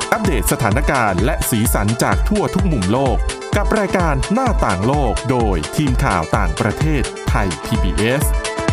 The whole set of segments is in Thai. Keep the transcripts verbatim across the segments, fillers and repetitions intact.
อัปเดตสถานการณ์และสีสันจากทั่วทุกมุมโลกกับรายการหน้าต่างโลกโดยทีมข่าวต่างประเทศไทย พี บี เอส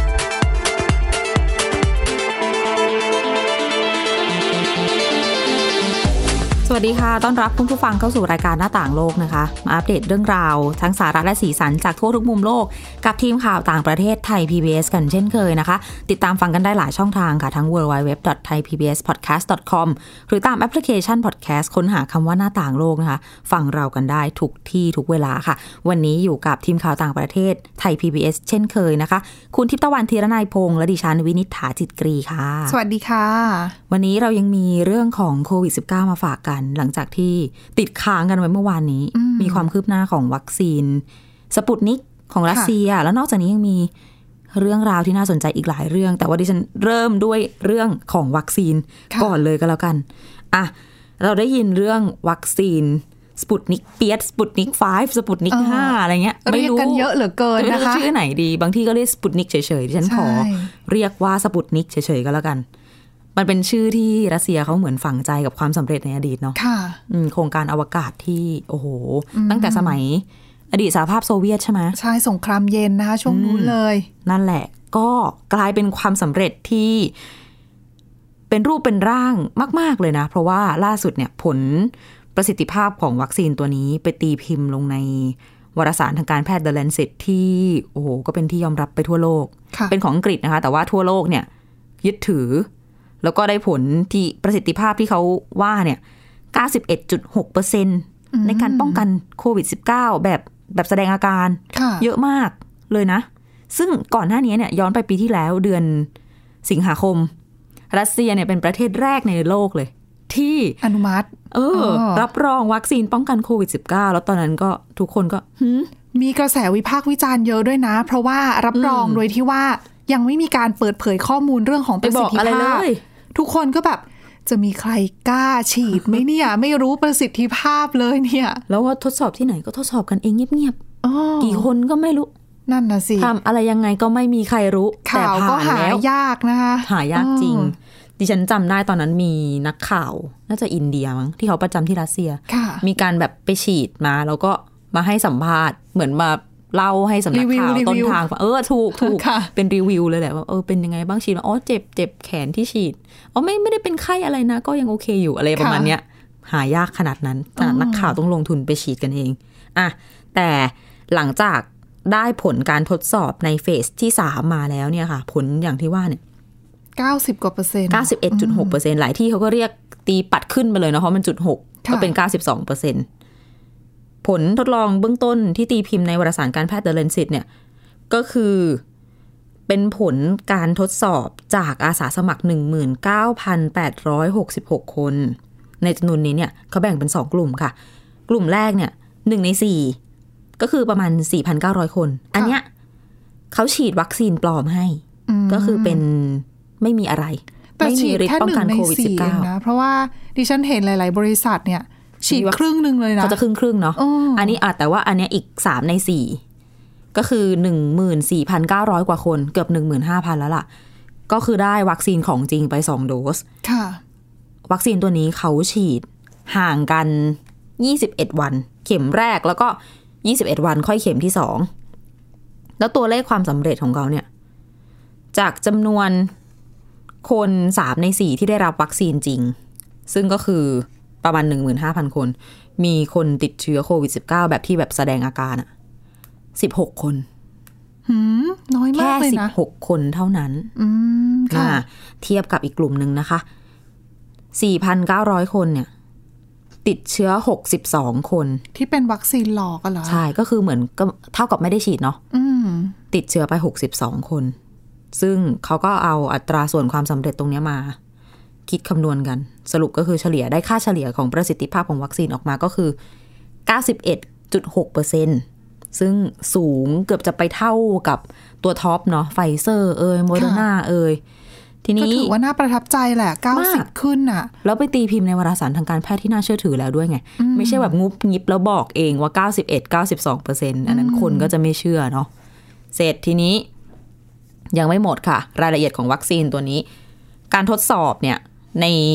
สวัสดีค่ะต้อนรับคุณผู้ฟังเข้าสู่รายการหน้าต่างโลกนะคะมาอัปเดตเรื่องราวทั้งสาระและสีสันจากทั่วทุกมุมโลกกับทีมข่าวต่างประเทศไทย พี บี เอส กันเช่นเคยนะคะติดตามฟังกันได้หลายช่องทางค่ะทั้ง ดับเบิลยู ดับเบิลยู ดับเบิลยู ดอท ไทยพีบีเอสพอดแคสต์ ดอท คอม หรือตามแอปพลิเคชัน Podcast ค้นหาคำว่าหน้าต่างโลกนะคะฟังเรากันได้ทุกที่ทุกเวลาค่ะวันนี้อยู่กับทีมข่าวต่างประเทศไทย พี บี เอส เช่นเคยนะคะคุณทิพย์ตะวันธีรนัยพงษ์และดิฉันวินิษฐาจิตกรีค่ะสวัสดีค่ะวันนี้เรายังมีเรื่องของโควิด สิบเก้า มาฝากกันหลังจากที่ติดค้างกันไว้เมื่อวานนี้มมีความคืบหน้าของวัคซีนสปุตนิกของรัสเซียแล้วนอกจากนี้ยังมีเรื่องราวที่น่าสนใจอีกหลายเรื่องแต่ว่าดิฉันเริ่มด้วยเรื่องของวัคซีนก่อนเลยก็แล้วกันอ่ะเราได้ยินเรื่องวัคซีนสปุตนิกเปียสสปุตนิกห้าสปุตนิกห้าอะไรเงี้ยไม่รู้กันเยอะเหลือเกินนะคะชื่อไหนดีบางที่ก็เรียกสปุตนิกเฉยๆดิฉันขอเรียกว่าสปุตนิกเฉยๆก็แล้วกันมันเป็นชื่อที่รัสเซียเขาเหมือนฝังใจกับความสำเร็จในอดีตเนาะโครงการอวกาศที่โอ้โหตั้งแต่สมัยอดีตสหภาพโซเวียตใช่ไหมใช่สงครามเย็นนะคะช่วงนู้นเลยนั่นแหละก็กลายเป็นความสำเร็จที่เป็นรูปเป็นร่างมากๆเลยนะเพราะว่าล่าสุดเนี่ยผลประสิทธิภาพของวัคซีนตัวนี้ไปตีพิมพ์ลงในวารสารทางการแพทย์ The Lancet ที่โอ้โหก็เป็นที่ยอมรับไปทั่วโลกเป็นของอังกฤษนะคะแต่ว่าทั่วโลกเนี่ยยึดถือแล้วก็ได้ผลที่ประสิทธิภาพที่เขาว่าเนี่ย เก้าสิบเอ็ดจุดหกเปอร์เซ็นต์ ในการป้องกันโควิด สิบเก้า แบบแบบแสดงอาการเยอะมากเลยนะซึ่งก่อนหน้านี้เนี่ยย้อนไปปีที่แล้วเดือนสิงหาคมรัสเซียเนี่ยเป็นประเทศแรกในโลกเลยที่อนุมัติเออรับรองวัคซีนป้องกันโควิด สิบเก้า แล้วตอนนั้นก็ทุกคนก็มีกระแสวิพากษ์วิจารณ์เยอะด้วยนะเพราะว่ารับรองโดยที่ว่ายังไม่มีการเปิดเผยข้อมูลเรื่องของประสิทธิภาพทุกคนก็แบบจะมีใครกล้าฉีดไหมเนี่ย ไม่รู้ประสิทธิภาพเลยเนี่ยแล้วว่าทดสอบที่ไหนก็ทดสอบกันเองเงียบๆกี่คนก็ไม่รู้นั่นน่ะสิทำอะไรยังไงก็ไม่มีใครรู้แต่ผ่านแล้วหายากนะคะหายากจริงดิฉันจำได้ตอนนั้นมีนักข่าวน่าจะอินเดียมั้งที่เขาประจำที่รัสเซียมีการแบบไปฉีดมาแล้วก็มาให้สัมภาษณ์เหมือนมาเล่าให้สำนักข่าวต้นทางเออถูกถูกเป็นรีวิวเลยแหละว่าเออเป็นยังไงบ้างฉีดอ๋อเจ็บเจ็บแขนที่ฉีดอ๋อไม่ไม่ได้เป็นไข้อะไรนะก็ยังโอเคอยู่อะไรประมาณเนี้ยหายากขนาดนั้นนักข่าวต้องลงทุนไปฉีดกันเองอ่ะแต่หลังจากได้ผลการทดสอบในเฟสที่สามมาแล้วเนี่ยค่ะผลอย่างที่ว่าเนี่ยเก้าสิบกว่าเปอร์เซ็นต์เก้าสิบเอ็ดจุดหกเปอร์เซ็นต์ หลายที่เขาก็เรียกตีปัดขึ้นไปเลยเนาะเพราะมันจุดหกก็เป็น เก้าสิบสองเปอร์เซ็นต์ผลทดลองเบื้องต้นที่ตีพิมพ์ในวารสารการแพทย์ The Lancet เนี่ยก็คือเป็นผลการทดสอบจากอาสาสมัคร หนึ่งหมื่นเก้าพันแปดร้อยหกสิบหก คนในจำนวนนี้เนี่ยเขาแบ่งเป็นสองกลุ่มค่ะกลุ่มแรกเนี่ยหนึ่งในสี่ก็คือประมาณ สี่พันเก้าร้อย คนอันเนี้ยเขาฉีดวัคซีนปลอมให้ก็คือเป็นไม่มีอะไรไม่มีฤทธิ์ป้องกันโควิด สิบเก้านะเพราะว่าดิฉันเห็นหลายๆบริษัทเนี่ยฉีดครึ่งนึงเลยนะเขาจะครึ่งครึ่งเนาะอันนี้อาจแต่ว่าอันนี้อีกสามในสี่ก็คือ หนึ่งหมื่นสี่พันเก้าร้อย กว่าคนเกือบ หนึ่งหมื่นห้าพัน แล้วล่ะก็คือได้วัคซีนของจริงไปสองโดสค่ะวัคซีนตัวนี้เขาฉีดห่างกันยี่สิบเอ็ดวันเข็มแรกแล้วก็ยี่สิบเอ็ดวันค่อยเข็มที่สองแล้วตัวเลขความสำเร็จของเขาเนี่ยจากจำนวนคนสามในสี่ที่ได้รับวัคซีนจริงซึ่งก็คือประมาณ หนึ่งหมื่นห้าพัน คนมีคนติดเชื้อโควิด สิบเก้า แบบที่แบบแสดงอาการอ่ะสิบหกคนหืมน้อยมากเลยนะแค่สิบหกคนเท่านั้นอืมค่ะเทียบกับอีกกลุ่มนึงนะคะ สี่พันเก้าร้อย คนเนี่ยติดเชื้อหกสิบสองคนที่เป็นวัคซีนหลอกกันเหรอใช่ก็คือเหมือนก็เท่ากับไม่ได้ฉีดเนาะติดเชื้อไปหกสิบสองคนซึ่งเขาก็เอาอัตราส่วนความสำเร็จตรงนี้มาคิดคำนวณกันสรุปก็คือเฉลี่ยได้ค่าเฉลี่ยของประสิทธิภาพของวัคซีนออกมาก็คือ เก้าสิบเอ็ดจุดหกเปอร์เซ็นต์ ซึ่งสูงเกือบจะไปเท่ากับตัวท็อปเนาะไฟเซอร์เอ่ยโมเดอร์นาเอ่ยทีนี้ก็ถือว่าน่าประทับใจแหละเก้าสิบขึ้นน่ะแล้วไปตีพิมพ์ในวารสารทางการแพทย์ที่น่าเชื่อถือแล้วด้วยไงไม่ใช่แบบงุบงิบแล้วบอกเองว่า เก้าสิบเอ็ด เก้าสิบสองเปอร์เซ็นต์ อันนั้นคนก็จะไม่เชื่อเนาะเสร็จทีนี้ยังไม่หมดค่ะรายละเอียดของวัคซีนตัวนี้การทดสอบเนี่ยใน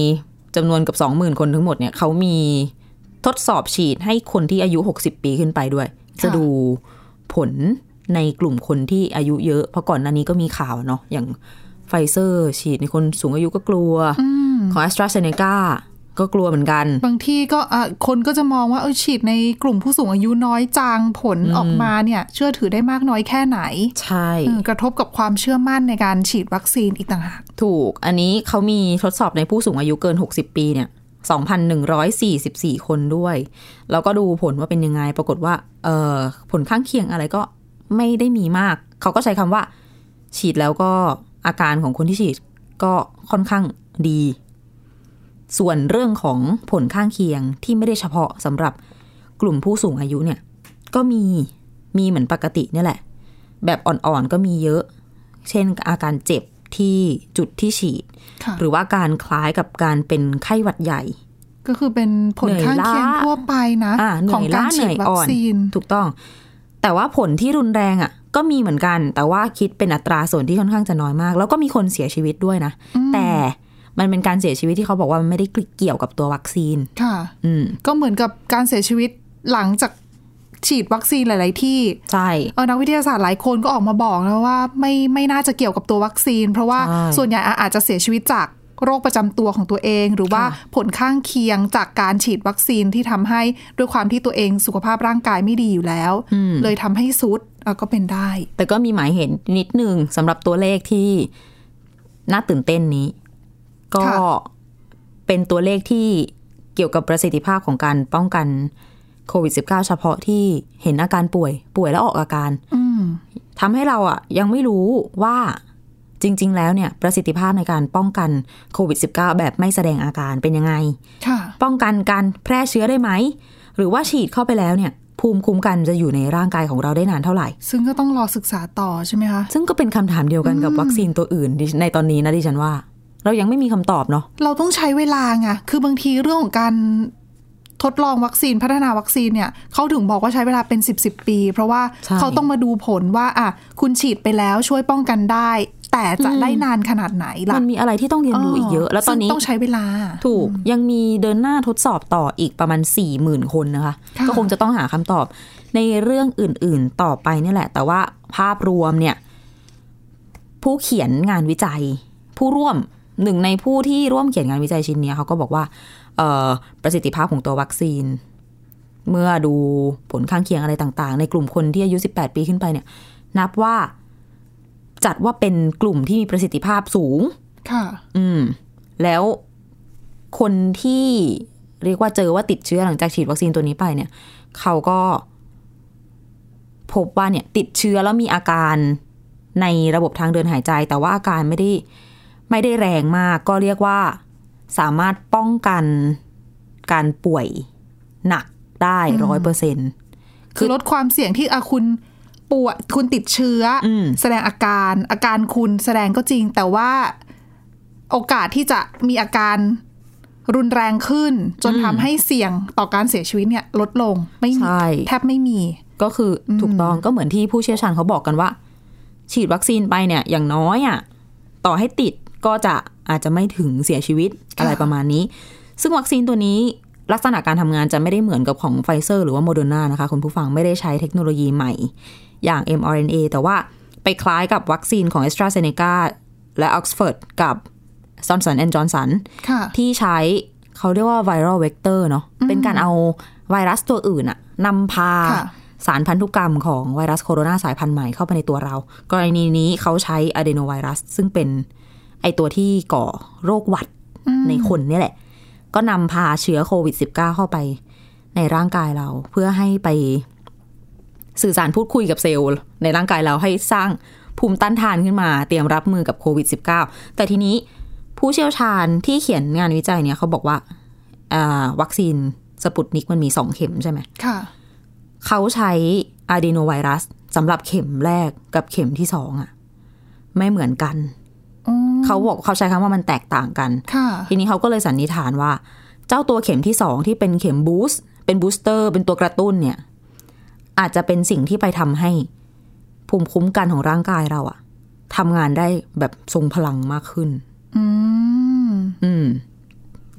จำนวนกับ สองหมื่น คนทั้งหมดเนี่ยเขามีทดสอบฉีดให้คนที่อายุหกสิบปีขึ้นไปด้วยจะดูผลในกลุ่มคนที่อายุเยอะเพราะก่อนหน้านี้ก็มีข่าวเนาะอย่างไฟเซอร์ฉีดในคนสูงอายุก็กลัวของ AstraZeneca ก็กลัวเหมือนกันบางที่ก็คนก็จะมองว่าเออฉีดในกลุ่มผู้สูงอายุน้อยจังผลออกมาเนี่ยเชื่อถือได้มากน้อยแค่ไหนใช่กระทบกับความเชื่อมั่นในการฉีดวัคซีนอีกต่างหากถูกอันนี้เขามีทดสอบในผู้สูงอายุเกินหกสิบปีเนี่ย สองพันหนึ่งร้อยสี่สิบสี่ คนด้วยแล้วก็ดูผลว่าเป็นยังไงปรากฏว่าเอ่อผลข้างเคียงอะไรก็ไม่ได้มีมากเขาก็ใช้คำว่าฉีดแล้วก็อาการของคนที่ฉีดก็ค่อนข้างดีส่วนเรื่องของผลข้างเคียงที่ไม่ได้เฉพาะสำหรับกลุ่มผู้สูงอายุเนี่ยก็มีมีเหมือนปกตินี่แหละแบบอ่อนๆก็มีเยอะเช่นอาการเจ็บที่จุดที่ฉีดหรือว่าการคล้ายกับการเป็นไข้หวัดใหญ่ก็คือเป็นผลข้างเคียงทั่วไปนะของการฉีดวัคซีนถูกต้องแต่ว่าผลที่รุนแรงอ่ะก็มีเหมือนกันแต่ว่าคิดเป็นอัตราส่วนที่ค่อนข้างจะน้อยมากแล้วก็มีคนเสียชีวิตด้วยนะแต่มันเป็นการเสียชีวิตที่เขาบอกว่ามันไม่ได้เกี่ยวกับตัววัคซีนค่ะอืมก็เหมือนกับการเสียชีวิตหลังจากฉีดวัคซีนหลายๆที่ใช่เออนักวิทยาศาสตร์หลายคนก็ออกมาบอกนะว่าไม่ไม่น่าจะเกี่ยวกับตัววัคซีนเพราะว่าส่วนใหญ่อาจจะเสียชีวิตจากโรคประจำตัวของตัวเองหรือว่าผลข้างเคียงจากการฉีดวัคซีนที่ทำให้ด้วยความที่ตัวเองสุขภาพร่างกายไม่ดีอยู่แล้วเลยทำให้ซุดก็เป็นได้แต่ก็มีหมายเห็นนิดนึงสำหรับตัวเลขที่น่าตื่นเต้นนี้ก็เป็นตัวเลขที่เกี่ยวกับประสิทธิภาพของการป้องกันโควิด สิบเก้า เฉพาะที่เห็นอาการป่วยป่วยแล้วออกอาการทำให้เราอ่ะยังไม่รู้ว่าจริงๆแล้วเนี่ยประสิทธิภาพในการป้องกันโควิด สิบเก้า แบบไม่แสดงอาการเป็นยังไงป้องกันการแพร่เชื้อได้ไหมหรือว่าฉีดเข้าไปแล้วเนี่ยภูมิคุ้มกันจะอยู่ในร่างกายของเราได้นานเท่าไหร่ซึ่งก็ต้องรอศึกษาต่อใช่ไหมคะซึ่งก็เป็นคำถามเดียวกันกับวัคซีนตัวอื่นในตอนนี้นะดิฉันว่าเรายังไม่มีคำตอบเนาะเราต้องใช้เวลาไงคือบางทีเรื่องของการทดลองวัคซีนพัฒนาวัคซีนเนี่ยเขาถึงบอกว่าใช้เวลาเป็นสิบสิบปีเพราะว่าเขาต้องมาดูผลว่าอ่ะคุณฉีดไปแล้วช่วยป้องกันได้แต่จะได้นานขนาดไหนล่ะมันมีอะไรที่ต้องเรียนรู้อีกเยอะแล้วตอนนี้ต้องใช้เวลาถูกยังมีเดินหน้าทดสอบต่ออีกประมาณ สี่หมื่น คนนะคะก็คงจะต้องหาคำตอบในเรื่องอื่นๆต่อไปนี่แหละแต่ว่าภาพรวมเนี่ยผู้เขียนงานวิจัยผู้ร่วมหนึ่งในผู้ที่ร่วมเขียนงานวิจัยชิ้นนี้เขาก็บอกว่าประสิทธิภาพของตัววัคซีนเมื่อดูผลข้างเคียงอะไรต่างๆในกลุ่มคนที่อายุสิบแปดปีขึ้นไปเนี่ยนับว่าจัดว่าเป็นกลุ่มที่มีประสิทธิภาพสูงค่ะอืมแล้วคนที่เรียกว่าเจอว่าติดเชื้อหลังจากฉีดวัคซีนตัวนี้ไปเนี่ยเขาก็พบว่าเนี่ยติดเชื้อแล้วมีอาการในระบบทางเดินหายใจแต่ว่าอาการไม่ได้ไม่ได้แรงมากก็เรียกว่าสามารถป้องกันการป่วยหนักได้ร้อยเปอร์เซ็นต์คือลดความเสี่ยงที่อาคุณป่วยคุณติดเชื้อแสดงอาการอาการคุณแสดงก็จริงแต่ว่าโอกาสที่จะมีอาการรุนแรงขึ้นจนทำให้เสี่ยงต่อการเสียชีวิตเนี่ยลดลงไม่มีแทบไม่มีก็คือถูกต้องก็เหมือนที่ผู้เชี่ยวชาญเขาบอกกันว่าฉีดวัคซีนไปเนี่ยอย่างน้อยอ่ะต่อให้ติดก็จะอาจจะไม่ถึงเสียชีวิตอะไรประมาณนี้ซึ่งวัคซีนตัวนี้ลักษณะการทำงานจะไม่ได้เหมือนกับของไฟเซอร์หรือว่าโมเดอร์นานะคะคุณผู้ฟังไม่ได้ใช้เทคโนโลยีใหม่อย่าง เอ็ม อาร์ เอ็น เอ แต่ว่าไปคล้ายกับวัคซีนของ AstraZeneca และ Oxford กับ Johnson แอนด์ Johnson ที่ใช้เขาเรียกว่า viral vector เนาะเป็นการเอาไวรัสตัวอื่นอะนำพาสารพันธุกรรมของไวรัสโคโรนาสายพันธุ์ใหม่เข้าไปในตัวเรากรณีนี้เขาใช้ adenovirus ซึ่งเป็นไอตัวที่ก่อโรคหวัดในคนนี่แหละก็นำพาเชื้อโควิด สิบเก้า เข้าไปในร่างกายเราเพื่อให้ไปสื่อสารพูดคุยกับเซลล์ในร่างกายเราให้สร้างภูมิต้านทานขึ้นมาเตรียมรับมือกับโควิด สิบเก้า แต่ทีนี้ผู้เชี่ยวชาญที่เขียนงานวิจัยเนี่ยเขาบอกว่าวัคซีนสปุตนิกมันมีสองเข็มใช่ไหมค่ะเขาใช้อะดีโนไวรัสสำหรับเข็มแรกกับเข็มที่สองอ่ะไม่เหมือนกันเขาบอกเขาใช้คำว่ามันแตกต่างกันทีนี้เขาก็เลยสันนิษฐานว่าเจ้าตัวเข็มที่สองที่เป็นเข็มบูสต์เป็นบูสเตอร์เป็นตัวกระตุ้นเนี่ยอาจจะเป็นสิ่งที่ไปทำให้ภูมิคุ้มกันของร่างกายเราอะทำงานได้แบบทรงพลังมากขึ้นอืมอืม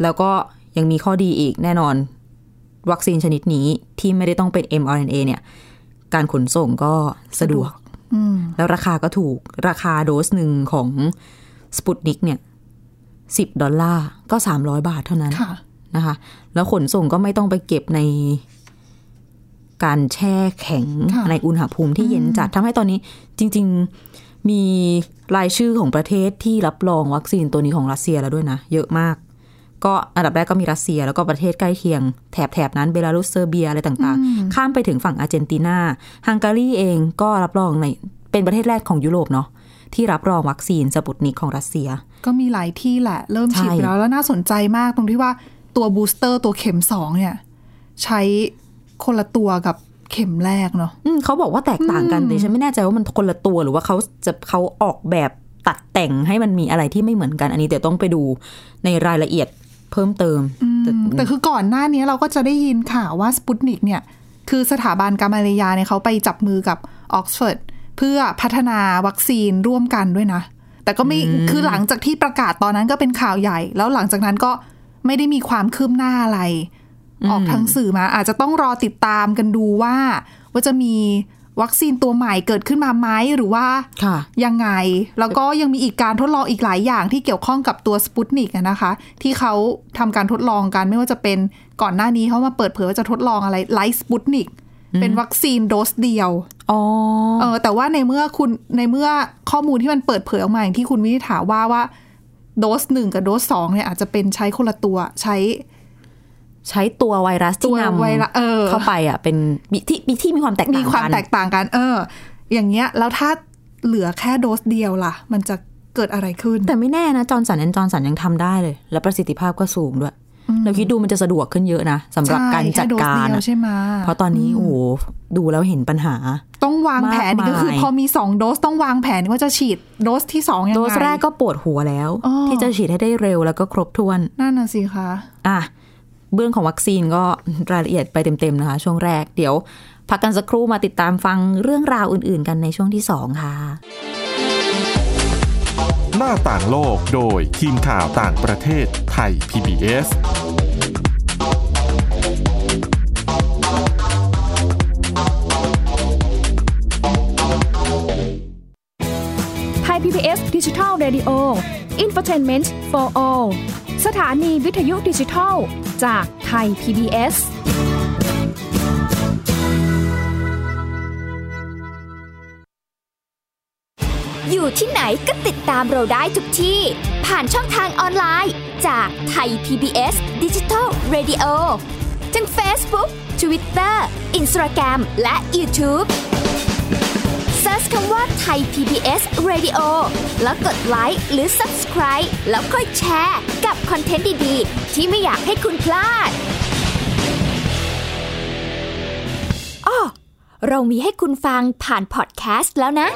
แล้วก็ยังมีข้อดีอีกแน่นอนวัคซีนชนิดนี้ที่ไม่ได้ต้องเป็น เอ็ม อาร์ เอ็น เอ เนี่ยการขนส่งก็สะดวกแล้วราคาก็ถูกราคาโดสหนึ่งของสปุตนิกเนี่ยสิบดอลลาร์ก็สามร้อยบาทเท่านั้นนะคะแล้วขนส่งก็ไม่ต้องไปเก็บในการแช่แข็งในอุณหภูมิที่เย็นจัดทำให้ตอนนี้จริงๆมีรายชื่อของประเทศที่รับรองวัคซีนตัวนี้ของรัสเซียแล้วด้วยนะเยอะมากก็อันดับแรกก็มีรัสเซียแล้วก็ประเทศใกล้เคียงแถบแถบนั้นเบลารุสเซอร์เบียอะไรต่างๆข้ามไปถึงฝั่งอาร์เจนตินาฮังการีเองก็รับรองในเป็นประเทศแรกของยุโรปเนาะที่รับรองวัคซีนสปุตนิกของรัสเซียก็มีหลายที่แหละเริ่มฉีดแล้วแล้วน่าสนใจมากตรงที่ว่าตัวบูสเตอร์ตัวเข็มสองเนี่ยใช้คนละตัวกับเข็มแรกเนาะเขาบอกว่าแตกต่างกันแต่ฉันไม่แน่ใจว่ามันคนละตัวหรือว่าเขาจะเขาออกแบบตัดแต่งให้มันมีอะไรที่ไม่เหมือนกันอันนี้เดี๋ยวต้องไปดูในรายละเอียดเพิ่มเติมแต่, แต่คือก่อนหน้านี้เราก็จะได้ยินข่าวว่าสปุตนิกเนี่ยคือสถาบันกามาเลยาเนี่ยเขาไปจับมือกับออกซฟอร์ดเพื่อพัฒนาวัคซีนร่วมกันด้วยนะแต่ก็ไม่คือหลังจากที่ประกาศตอนนั้นก็เป็นข่าวใหญ่แล้วหลังจากนั้นก็ไม่ได้มีความคืบหน้าอะไรออกทางสื่อมาอาจจะต้องรอติดตามกันดูว่าว่าจะมีวัคซีนตัวใหม่เกิดขึ้นมาไหมหรือว่ายังไงแล้วก็ยังมีอีกการทดลองอีกหลายอย่างที่เกี่ยวข้องกับตัวสปุตนิกนะคะที่เขาทำการทดลองกันไม่ว่าจะเป็นก่อนหน้านี้เขามาเปิดเผยว่าจะทดลองอะไรไลท์สปุตนิกเป็นวัคซีนโดสเดียวอ๋อเออแต่ว่าในเมื่อคุณในเมื่อข้อมูลที่มันเปิดเผยออกมาอย่างที่คุณวินิษฐาว่าว่าโดสหนึ่งกับโดสสองเนี่ยอาจจะเป็นใช้คนละตัวใช้ใช้ตัวไวรัสที่นำเออเข้าไปอ่ะเป็นที่ที่มีความแตกต่างกันมีความแตกต่างกันเอออย่างเงี้ยแล้วถ้าเหลือแค่โดสเดียวล่ะมันจะเกิดอะไรขึ้นแต่ไม่แน่นะจอร์นสันแอนด์จอร์นสันยังทำได้เลยและประสิทธิภาพก็สูงด้วยเราคิดดูมันจะสะดวกขึ้นเยอะนะสำหรับการจัดการเพราะตอนนี้โอ้โหดูแล้วเห็นปัญหาต้องวางแผนนี่ก็คือพอมีสองโดสต้องวางแผนว่าจะฉีดโดสที่สองยังไงโดสแรกก็ปวดหัวแล้วที่จะฉีดให้ได้เร็วแล้วก็ครบถ้วนนั่นน่ะสิคะอ่ะเรื่องของวัคซีนก็รายละเอียดไปเต็มๆนะคะช่วงแรกเดี๋ยวพักกันสักครู่มาติดตามฟังเรื่องราวอื่นๆกันในช่วงที่สองค่ะหน้าต่างโลกโดยทีมข่าวต่างประเทศไทย พี บี เอสไทย พี บี เอส Digital Radio Infotainment for All สถานีวิทยุดิจิทัลจากไทย พี บี เอสอยู่ที่ไหนก็ติดตามเราได้ทุกที่ผ่านช่องทางออนไลน์จากไทย พี บี เอส Digital Radio ทั้ง Facebook, Twitter, Instagram และ YouTubeเซิร์ชคำว่าไทย พี บี เอส Radio แล้วกดไลค์หรือ Subscribe แล้วค่อยแชร์กับคอนเทนต์ดีๆที่ไม่อยากให้คุณพลาดอ้อเรามีให้คุณฟังผ่านพอดแคสต์แล้วนะ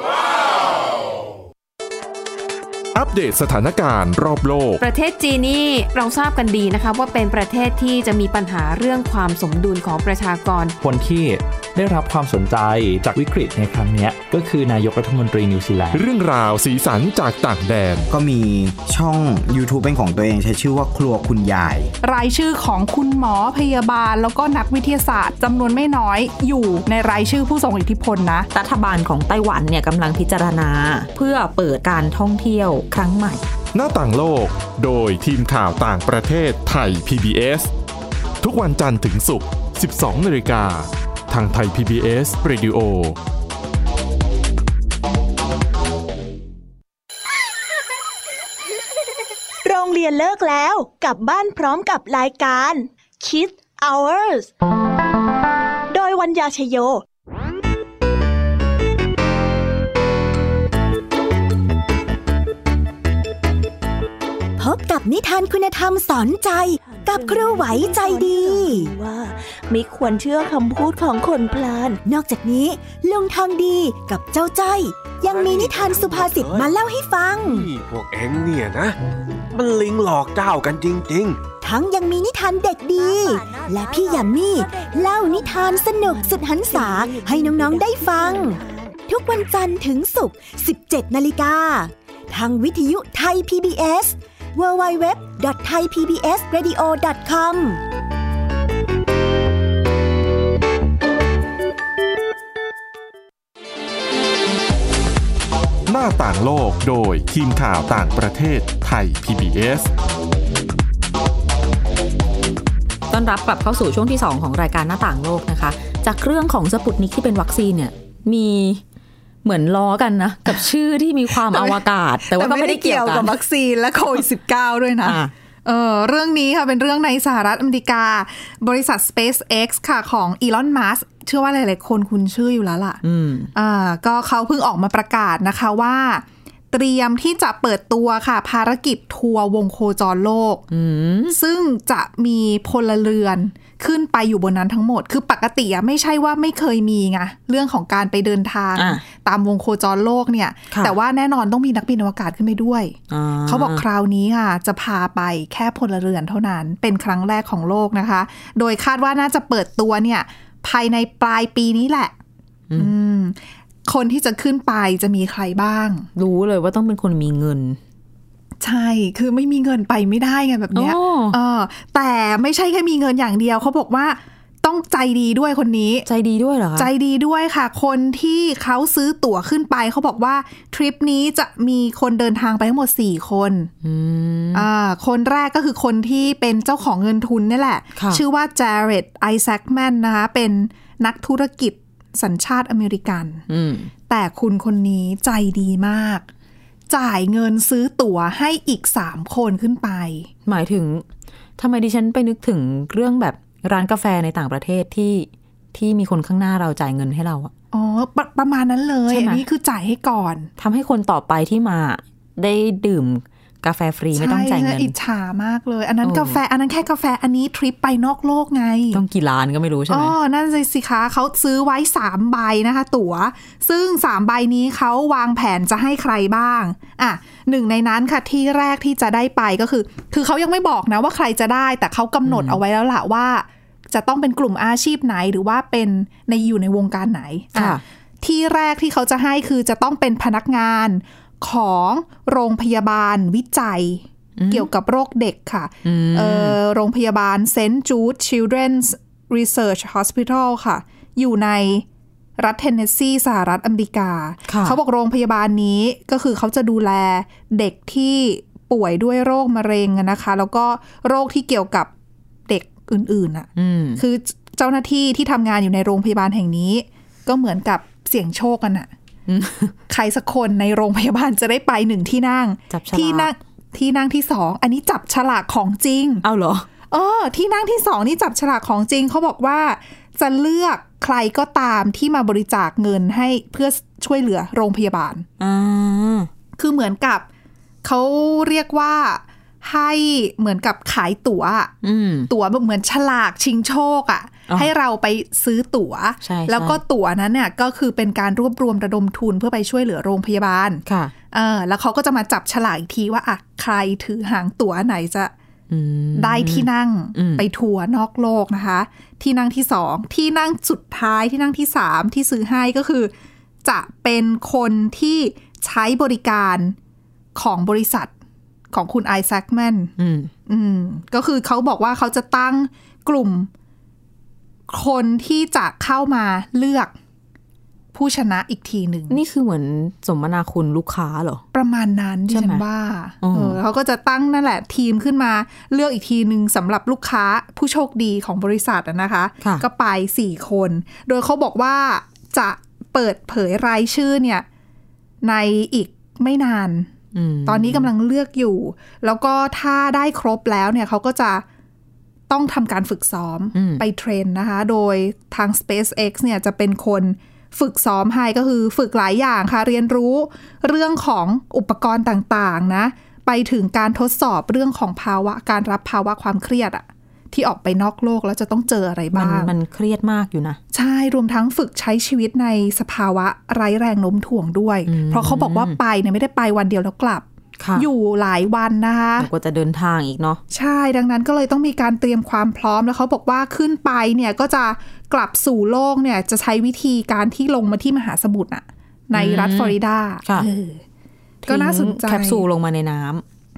อัปเดตสถานการณ์รอบโลกประเทศจีนนี่เราทราบกันดีนะคะว่าเป็นประเทศที่จะมีปัญหาเรื่องความสมดุลของประชากรคนที่ได้รับความสนใจจากวิกฤตในครั้งนี้ก็คือนายกรัฐมนตรีนิวซีแลนด์เรื่องราวสีสันจากต่างแดนก็มีช่อง YouTube เป็นของตัวเองใช้ชื่อว่าครัวคุณยายรายชื่อของคุณหมอพยาบาลแล้วก็นักวิทยาศาสตร์จำนวนไม่น้อยอยู่ในรายชื่อผู้ทรงอิทธิพลนะรัฐบาลของไต้หวันเนี่ยกำลังพิจารณาเพื่อเปิดการท่องเที่ยวครั้งใหม่หน้าต่างโลกโดยทีมข่าวต่างประเทศไทย พี บี เอส ทุกวันจันทร์ถึงศุกร์ สิบสองนาฬิกาทางไทย พี บี เอส Radio โรงเรียนเลิกแล้วกลับบ้านพร้อมกับรายการ Kids Hours โดยวัญญาชโยพบกับนิทานคุณธรรมสอนใจกับครูไหวใจดีว่าไม่ควรเชื่อคำพูดของคนพลานนอกจากนี้ลุงทองดีกับเจ้าจ้อยยังมีนิทานสุภาษิตมาเล่าให้ฟังนี่พวกเอ็งเนี่ยนะมันลิงหลอกเจ้ากันจริงๆทั้งยังมีนิทานเด็กดีและพี่ยามีเล่านิทานสนุกสุดหรรษาให้น้องๆได้ฟังทุกวันจันทร์ถึงศุกร์ สิบเจ็ดนาฬิกาทางวิทยุไทย พี บี เอสดับเบิลยู ดับเบิลยู ดับเบิลยู ดอท ไทย พี บี เอส เรดิโอ ดอท คอมหน้าต่างโลกโดยทีมข่าวต่างประเทศไทย พี บี เอสต้อนรับกลับเข้าสู่ช่วงที่สองของรายการหน้าต่างโลกนะคะจากเรื่องของสปุตนิกที่เป็นวัคซีนเนี่ยมีเหมือนล้อกันนะกับชื่อที่มีความอวกาศแต่ว่าก็ไม่ได้เกี่ยวกับวัคซีนและโควิด สิบเก้า ด้วยนะเออเรื่องนี้ค่ะเป็นเรื่องในสหรัฐอเมริกาบริษัท SpaceX ค่ะของอีลอน มัสก์เชื่อว่าหลายๆคนคุ้นชื่ออยู่แล้วล่ะอืมอ่าก็เขาเพิ่งออกมาประกาศนะคะว่าเตรียมที่จะเปิดตัวค่ะภารกิจทัวร์วงโคจรโลกซึ่งจะมีพลเรือนขึ้นไปอยู่บนนั้นทั้งหมดคือปกติอะไม่ใช่ว่าไม่เคยมีไงเรื่องของการไปเดินทางตามวงโคจรโลกเนี่ยแต่ว่าแน่นอนต้องมีนักบินอวกาศขึ้นไปด้วยเขาบอกคราวนี้ค่ะจะพาไปแค่พลเรือนเท่านั้นเป็นครั้งแรกของโลกนะคะโดยคาดว่าน่าจะเปิดตัวเนี่ยภายในปลายปีนี้แหละอืมคนที่จะขึ้นไปจะมีใครบ้างรู้เลยว่าต้องเป็นคนมีเงินใช่คือไม่มีเงินไปไม่ได้ไงแบบเนี้ยเออแต่ไม่ใช่แค่มีเงินอย่างเดียวเขาบอกว่าต้องใจดีด้วยคนนี้ใจดีด้วยเหรอคะใจดีด้วยค่ะคนที่เขาซื้อตั๋วขึ้นไปเขาบอกว่าทริปนี้จะมีคนเดินทางไปทั้งหมดสี่คนอ่าคนแรกก็คือคนที่เป็นเจ้าของเงินทุนนี่แหละชื่อว่าแจเร็ดไอแซคแมนนะคะเป็นนักธุรกิจสัญชาติอเมริกันแต่คุณคนนี้ใจดีมากจ่ายเงินซื้อตั๋วให้อีกสามคนขึ้นไปหมายถึงทำไมดิฉันไปนึกถึงเรื่องแบบร้านกาแฟในต่างประเทศที่ที่มีคนข้างหน้าเราจ่ายเงินให้เราอะอ๋อ ป, ประมาณนั้นเลยอันนี้คือจ่ายให้ก่อนทำให้คนต่อไปที่มาได้ดื่มกาแฟฟรีไม่ต้องจ่ายเงินอิจฉามากเลยอันนั้นกาแฟอันนั้นแค่กาแฟอันนี้ทริปไปนอกโลกไงต้องกี่ล้านก็ไม่รู้ใช่ไหมอ๋อนั่นสิคะเขาซื้อไว้สามใบนะคะตั๋วซึ่งสามใบนี้เขาวางแผนจะให้ใครบ้างอ่ะหนึ่งในนั้นค่ะที่แรกที่จะได้ไปก็คือคือเขายังไม่บอกนะว่าใครจะได้แต่เขากำหนดเอาไว้แล้วล่ะว่าจะต้องเป็นกลุ่มอาชีพไหนหรือว่าเป็นในอยู่ในวงการไหนอ่ะที่แรกที่เขาจะให้คือจะต้องเป็นพนักงานของโรงพยาบาลวิจัยเกี่ยวกับโรคเด็กค่ะเอ่อโรงพยาบาล Saint Jude Children's Research Hospital ค่ะอยู่ในรัฐเทนเนสซีสหรัฐอเมริกาเขาบอกโรงพยาบาลนี้ก็คือเขาจะดูแลเด็กที่ป่วยด้วยโรคมะเร็งนะคะแล้วก็โรคที่เกี่ยวกับเด็กอื่นๆอ่ะคือเจ้าหน้าที่ที่ทำงานอยู่ในโรงพยาบาลแห่งนี้ก็เหมือนกับเสี่ยงโชคกันอ่ะใครสักคนในโรงพยาบาลจะได้ไปหนึ่งที่นั่งที่นั่งที่นั่งที่สองอันนี้จับฉลากของจริงเอาเหรอเออที่นั่งที่สองนี่จับฉลากของจริงเขาบอกว่าจะเลือกใครก็ตามที่มาบริจาคเงินให้เพื่อช่วยเหลือโรงพยาบาลอ่าคือเหมือนกับเขาเรียกว่าให้เหมือนกับขายตั๋วตั๋วเหมือนฉลากชิงโชคอ่ะให้เราไปซื้อตั๋วแล้วก็ตั๋วนั้นเนี่ยก็คือเป็นการรวบรวมระดมทุนเพื่อไปช่วยเหลือโรงพยาบาลค่ะเออแล้วเขาก็จะมาจับฉลากอีกทีว่าอ่ะใครถือหางตั๋วไหนจะได้ที่นั่งไปทัวร์นอกโลกนะคะที่นั่งที่สองที่นั่งสุดท้ายที่นั่งที่สามที่ซื้อให้ก็คือจะเป็นคนที่ใช้บริการของบริษัทของคุณไอแซคแมนก็คือเขาบอกว่าเขาจะตั้งกลุ่มคนที่จะเข้ามาเลือกผู้ชนะอีกทีหนึ่งนี่คือเหมือนสมนาคุณลูกค้าเหรอประมาณนั้นที่ฉันว่าเออเขาก็จะตั้งนั่นแหละทีมขึ้นมาเลือกอีกทีหนึ่งสำหรับลูกค้าผู้โชคดีของบริษัทนะคะก็ไปสี่คนโดยเขาบอกว่าจะเปิดเผยรายชื่อเนี่ยในอีกไม่นานตอนนี้กำลังเลือกอยู่แล้วก็ถ้าได้ครบแล้วเนี่ยเขาก็จะต้องทำการฝึกซ้อมไปเทรนนะคะโดยทาง SpaceX เนี่ยจะเป็นคนฝึกซ้อมให้ก็คือฝึกหลายอย่างค่ะเรียนรู้เรื่องของอุปกรณ์ต่างๆนะไปถึงการทดสอบเรื่องของภาวะการรับภาวะความเครียดอะที่ออกไปนอกโลกแล้วจะต้องเจออะไรบ้างม, มันเครียดมากอยู่นะใช่รวมทั้งฝึกใช้ชีวิตในสภาวะไร้แรงโน้มถ่วงด้วยเพราะเขาบอกว่าไปเนี่ยไม่ได้ไปวันเดียวแล้วกลับอยู่หลายวันนะคะกว่าจะเดินทางอีกเนาะใช่ดังนั้นก็เลยต้องมีการเตรียมความพร้อมแล้วเขาบอกว่าขึ้นไปเนี่ยก็จะกลับสู่โลกเนี่ยจะใช้วิธีการที่ลงมาที่มหาสมุทรน่ะในรัฐฟลอริดาก็น่าสนใจแคปซูลลงมาในน้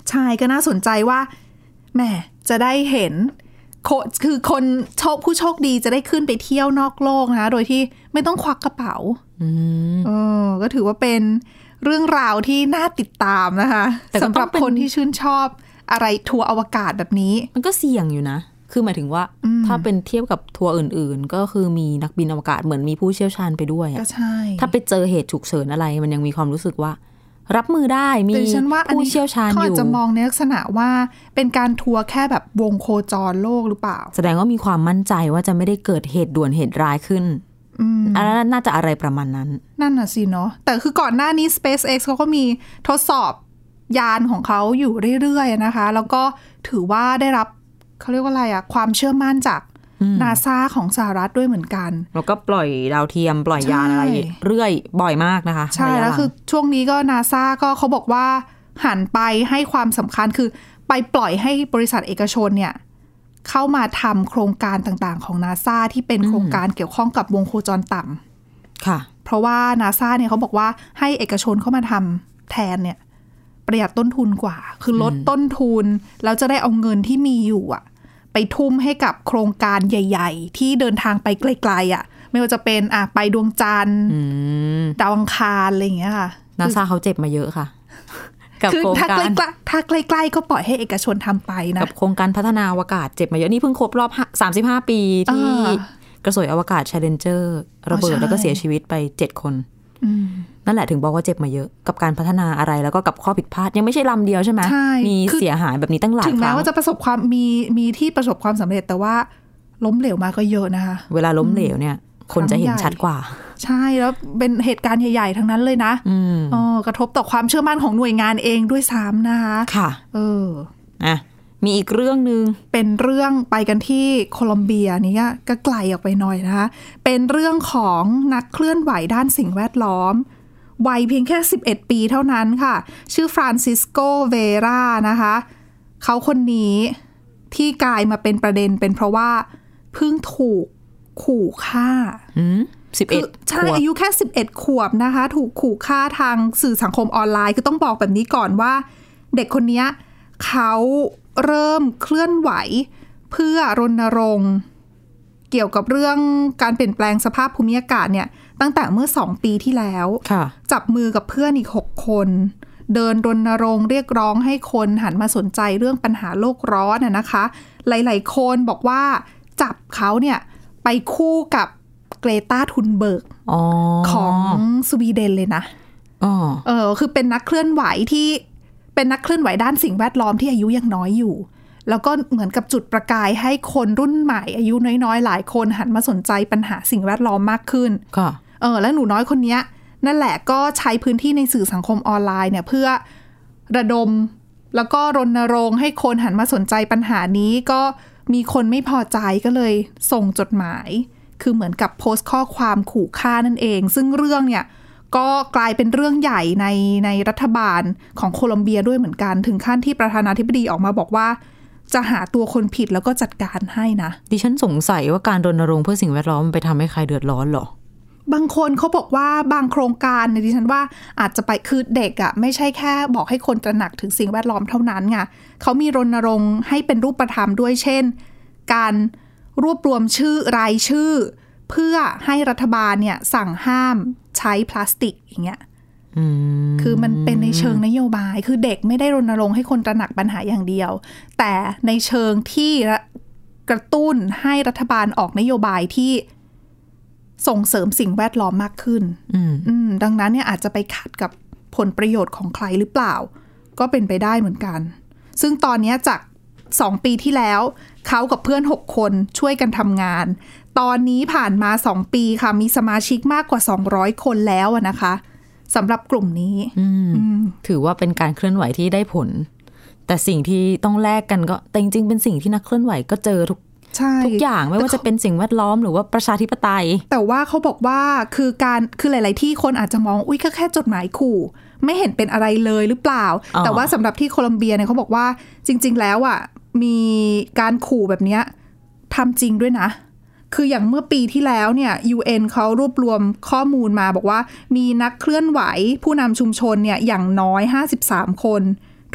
ใช่ก็น่าสนใจว่าแหมจะได้เห็นคือคนโชคผู้โชคดีจะได้ขึ้นไปเที่ยวนอกโลกนะคะโดยที่ไม่ต้องควักกระเป๋าเออก็ถือว่าเป็นเรื่องราวที่น่าติดตามนะคะสำหรับคนที่ชื่นชอบอะไรทัวร์อวกาศแบบนี้มันก็เสี่ยงอยู่นะคือหมายถึงว่าถ้าเป็นเทียบกับทัวร์อื่นๆก็คือมีนักบินอวกาศเหมือนมีผู้เชี่ยวชาญไปด้วยอ่ะถ้าไปเจอเหตุฉุกเฉินอะไรมันยังมีความรู้สึกว่ารับมือได้มีผู้เชี่ยวชาญอยู่เขาอาจจะมองในลักษณะว่าเป็นการทัวร์แค่แบบวงโคจรโลกหรือเปล่าแสดงว่ามีความมั่นใจว่าจะไม่ได้เกิดเหตุด่วนเหตุร้ายขึ้นอันนั้นน่าจะอะไรประมาณนั้นนั่นน่ะสิเนาะแต่คือก่อนหน้านี้ SpaceX เขาก็มีทดสอบยานของเขาอยู่เรื่อยๆนะคะแล้วก็ถือว่าได้รับเขาเรียกว่าอะไรอะความเชื่อมั่นจากนาซาของสหรัฐด้วยเหมือนกันแล้วก็ปล่อยดาวเทียมปล่อยยานอะไรเรื่อยบ่อยมากนะคะใช่แล้วคือช่วงนี้ก็นาซาก็เขาบอกว่าหันไปให้ความสำคัญคือไปปล่อยให้บริษัทเอกชนเนี่ยเข้ามาทำโครงการต่างๆของนาซาที่เป็นโครงการเกี่ยวข้องกับวงโคจรต่ำค่ะเพราะว่านาซาเนี่ยเขาบอกว่าให้เอกชนเข้ามาทำแทนเนี่ยประหยัดต้นทุนกว่าคือลดต้นทุนแล้วจะได้เอาเงินที่มีอยู่อะไปทุ่มให้กับโครงการใหญ่ๆที่เดินทางไปไกลๆอ่ะไม่ว่าจะเป็นอ่ะไปดวงจันทร์ดาวอังคารอะไรอย่างเงี้ยค่ะนาซาเขาเจ็บมาเยอะค่ะกับโครงการถ้าใกล้ๆก็ปล่อยให้เอกชนทำไปนะกับโครงการพัฒนาอวกาศเจ็บมาเยอะนี่เพิ่งครบรอบสามสิบห้าปีที่กระสวยอวกาศ Challenger ระเบิดแล้วก็เสียชีวิตไปเจ็ดคนนั่นแหละถึงบอกว่าเจ็บมาเยอะกับการพัฒนาอะไรแล้วก็กับข้อผิดพลาดยังไม่ใช่ลำเดียวใช่ไหมมีเสียหายแบบนี้ตั้งหลายครั้งถึงแม้ว่าจะประสบความมีมีที่ประสบความสำเร็จแต่ว่าล้มเหลวมาก็เยอะนะคะเวลาล้มเหลวเนี่ยคนจะเห็นชัดกว่าใช่แล้วเป็นเหตุการณ์ใหญ่ๆทั้งนั้นเลยนะอ๋อกระทบต่อความเชื่อมั่นของหน่วยงานเองด้วยซ้ำนะคะค่ะเอออ่ะมีอีกเรื่องนึงเป็นเรื่องไปกันที่โคลอมเบียนี่ก็ไกลออกไปหน่อยนะคะเป็นเรื่องของนักเคลื่อนไหวด้านสิ่งแวดล้อมวัยเพียงแค่สิบเอ็ดปีเท่านั้นค่ะชื่อฟรานซิสโกเวรานะคะเขาคนนี้ที่กลายมาเป็นประเด็นเป็นเพราะว่าเพิ่งถูกขู่ฆ่าอืมสิบเอ็ดใช่อายุแค่สิบเอ็ดขวบนะคะถูกขู่ฆ่าทางสื่อสังคมออนไลน์คือต้องบอกแบบนี้ก่อนว่าเด็กคนนี้เขาเริ่มเคลื่อนไหวเพื่อรณรงค์เกี่ยวกับเรื่องการเปลี่ยนแปลงสภาพภูมิอากาศเนี่ยตั้งแต่เมื่อสองปีที่แล้วจับมือกับเพื่อนอีกหกคนเดินรณรงค์เรียกร้องให้คนหันมาสนใจเรื่องปัญหาโลกร้อนนะคะหลายๆคนบอกว่าจับเขาเนี่ยไปคู่กับเกรตา ทุนเบิร์กอ, ของสวีเดนเลยนะเออคือเป็นนักเคลื่อนไหวที่เป็นนักเคลื่อนไหวด้านสิ่งแวดล้อมที่อายุยังน้อยอยู่แล้วก็เหมือนกับจุดประกายให้คนรุ่นใหม่อายุน้อยๆหลายคนหันมาสนใจปัญหาสิ่งแวดล้อมมากขึ้นค่ะเออแล้วหนูน้อยคนนี้นั่นแหละก็ใช้พื้นที่ในสื่อสังคมออนไลน์เนี่ยเพื่อระดมแล้วก็รณรงค์ให้คนหันมาสนใจปัญหานี้ก็มีคนไม่พอใจก็เลยส่งจดหมายคือเหมือนกับโพสต์ข้อความขู่ฆ่านั่นเองซึ่งเรื่องเนี่ยก็กลายเป็นเรื่องใหญ่ในในรัฐบาลของโคลอมเบียด้วยเหมือนกันถึงขั้นที่ประธานาธิบดีออกมาบอกว่าจะหาตัวคนผิดแล้วก็จัดการให้นะดิฉันสงสัยว่าการรณรงค์เพื่อสิ่งแวดล้อมมันไปทำให้ใครเดือดร้อนหรอบางคนเขาบอกว่าบางโครงการเนี่ยดิฉันว่าอาจจะไปคือเด็กอ่ะไม่ใช่แค่บอกให้คนตระหนักถึงสิ่งแวดล้อมเท่านั้นไงเขามีรณรงค์ให้เป็นรูปธรรมด้วยเช่นการรวบรวมชื่อรายชื่อเพื่อให้รัฐบาลเนี่ยสั่งห้ามใช้พลาสติกอย่างเงี้ยคือมันเป็นในเชิงนโยบายคือเด็กไม่ได้รณรงค์ให้คนตระหนักปัญหาอย่างเดียวแต่ในเชิงที่กระตุ้นให้รัฐบาลออกนโยบายที่ส่งเสริมสิ่งแวดล้อมมากขึ้นดังนั้นเนี่ยอาจจะไปขัดกับผลประโยชน์ของใครหรือเปล่าก็เป็นไปได้เหมือนกันซึ่งตอนนี้จากสองปีที่แล้วเขากับเพื่อนหกคนช่วยกันทำงานตอนนี้ผ่านมาสองปีค่ะมีสมาชิกมากกว่าสองร้อยคนแล้วนะคะสำหรับกลุ่มนี้ถือว่าเป็นการเคลื่อนไหวที่ได้ผลแต่สิ่งที่ต้องแลกกันก็แต่จริงๆเป็นสิ่งที่นักเคลื่อนไหวก็เจอทุกทุกอย่างไม่ว่าจะเป็นสิ่งแวดล้อมหรือว่าประชาธิปไตยแต่ว่าเขาบอกว่าคือการคือหลายๆที่คนอาจจะมองอุ้ยก็แค่จดหมายขู่ไม่เห็นเป็นอะไรเลยหรือเปล่าแต่ว่าสำหรับที่โคลอมเบียเนี่ยเขาบอกว่าจริงๆแล้วอ่ะมีการขู่แบบนี้ทำจริงด้วยนะคืออย่างเมื่อปีที่แล้วเนี่ย ยู เอ็น เขารวบรวมข้อมูลมาบอกว่ามีนักเคลื่อนไหวผู้นำชุมชนเนี่ยอย่างน้อยห้าสิบสามคน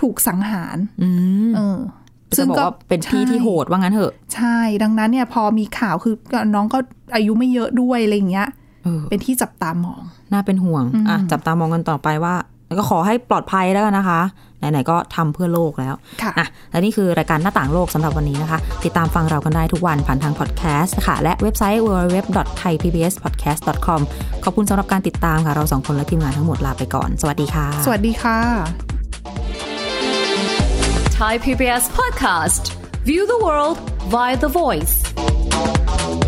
ถูกสังหารเออซึ่งก็เป็นที่ที่โหดว่างั้นเถอะใช่ดังนั้นเนี่ยพอมีข่าวคือน้องก็อายุไม่เยอะด้วยอะไรอย่างเงี้ยเป็นที่จับตามองน่าเป็นห่วงอ่ะจับตามองกันต่อไปว่าก็ขอให้ปลอดภัยแล้วกันนะคะไหนๆก็ทำเพื่อโลกแล้วอ่ะและนี่คือรายการหน้าต่างโลกสำหรับวันนี้นะคะติดตามฟังเรากันได้ทุกวันผ่านทางพอดแคสต์ค่ะและเว็บไซต์ ดับเบิลยู ดับเบิลยู ดับเบิลยู ดอท ไทย พี บี เอส พอดแคสต์ ดอท คอม ขอบคุณสำหรับการติดตามค่ะเราสองคนและทีมงานทั้งหมดลาไปก่อนสวัสดีค่ะสวัสดีค่ะ Thai พี บี เอส Podcast View the world via the voice